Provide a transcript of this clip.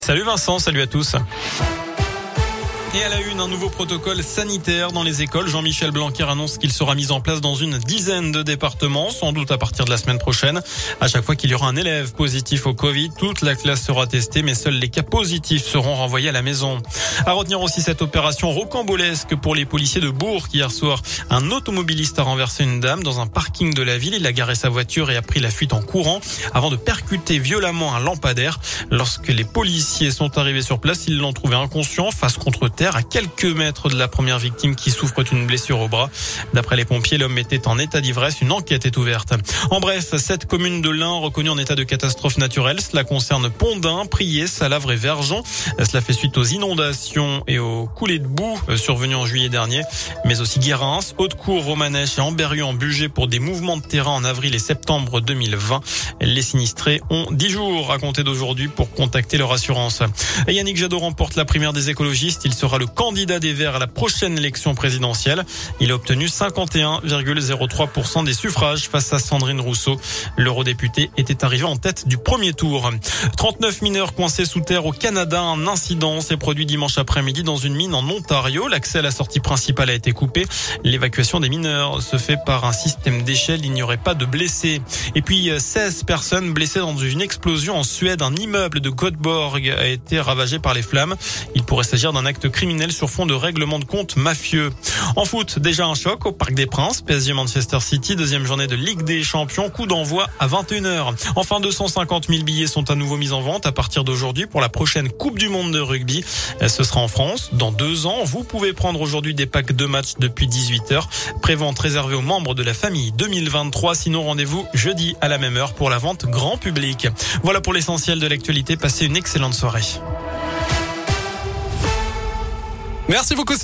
Salut Vincent, salut à tous. Et à la une, un nouveau protocole sanitaire dans les écoles. Jean-Michel Blanquer annonce qu'il sera mis en place dans une dizaine de départements, sans doute à partir de la semaine prochaine. À chaque fois qu'il y aura un élève positif au Covid, toute la classe sera testée, mais seuls les cas positifs seront renvoyés à la maison. À retenir aussi cette opération rocambolesque pour les policiers de Bourg. Hier soir, un automobiliste a renversé une dame dans un parking de la ville. Il a garé sa voiture et a pris la fuite en courant avant de percuter violemment un lampadaire. Lorsque les policiers sont arrivés sur place, ils l'ont trouvé inconscient, face contre terre, à quelques mètres de la première victime qui souffre d'une blessure au bras. D'après les pompiers, l'homme était en état d'ivresse. Une enquête est ouverte. En bref, 7 communes de l'Ain reconnues en état de catastrophe naturelle. Cela concerne Pondin, Priez, Salavre et Vergent. Cela fait suite aux inondations et aux coulées de boue survenues en juillet dernier. Mais aussi Guérins, Haute-Cour, Romanèche et Amberieu-en-Bugey pour des mouvements de terrain en avril et septembre 2020. Les sinistrés ont 10 jours à compter d'aujourd'hui pour contacter leur assurance. Et Yannick Jadot remporte la primaire des écologistes. Il sera le candidat des Verts à la prochaine élection présidentielle. Il a obtenu 51,03% des suffrages face à Sandrine Rousseau. L'eurodéputé était arrivé en tête du premier tour. 39 mineurs coincés sous terre au Canada. Un incident s'est produit dimanche après-midi dans une mine en Ontario. L'accès à la sortie principale a été coupé. L'évacuation des mineurs se fait par un système d'échelle. Il n'y aurait pas de blessés. Et puis 16 personnes blessées dans une explosion en Suède. Un immeuble de Göteborg a été ravagé par les flammes. Il pourrait s'agir d'un acte criminel sur fond de règlement de compte mafieux. En foot, déjà un choc au Parc des Princes. PSG Manchester City, deuxième journée de Ligue des Champions. Coup d'envoi à 21h. Enfin, 250 000 billets sont à nouveau mis en vente à partir d'aujourd'hui pour la prochaine Coupe du Monde de rugby. Ce sera en France dans 2 ans. Vous pouvez prendre aujourd'hui des packs de matchs depuis 18h. Prévente réservée aux membres de la famille 2023. Sinon, rendez-vous jeudi à la même heure pour la vente grand public. Voilà pour l'essentiel de l'actualité. Passez une excellente soirée. Merci beaucoup.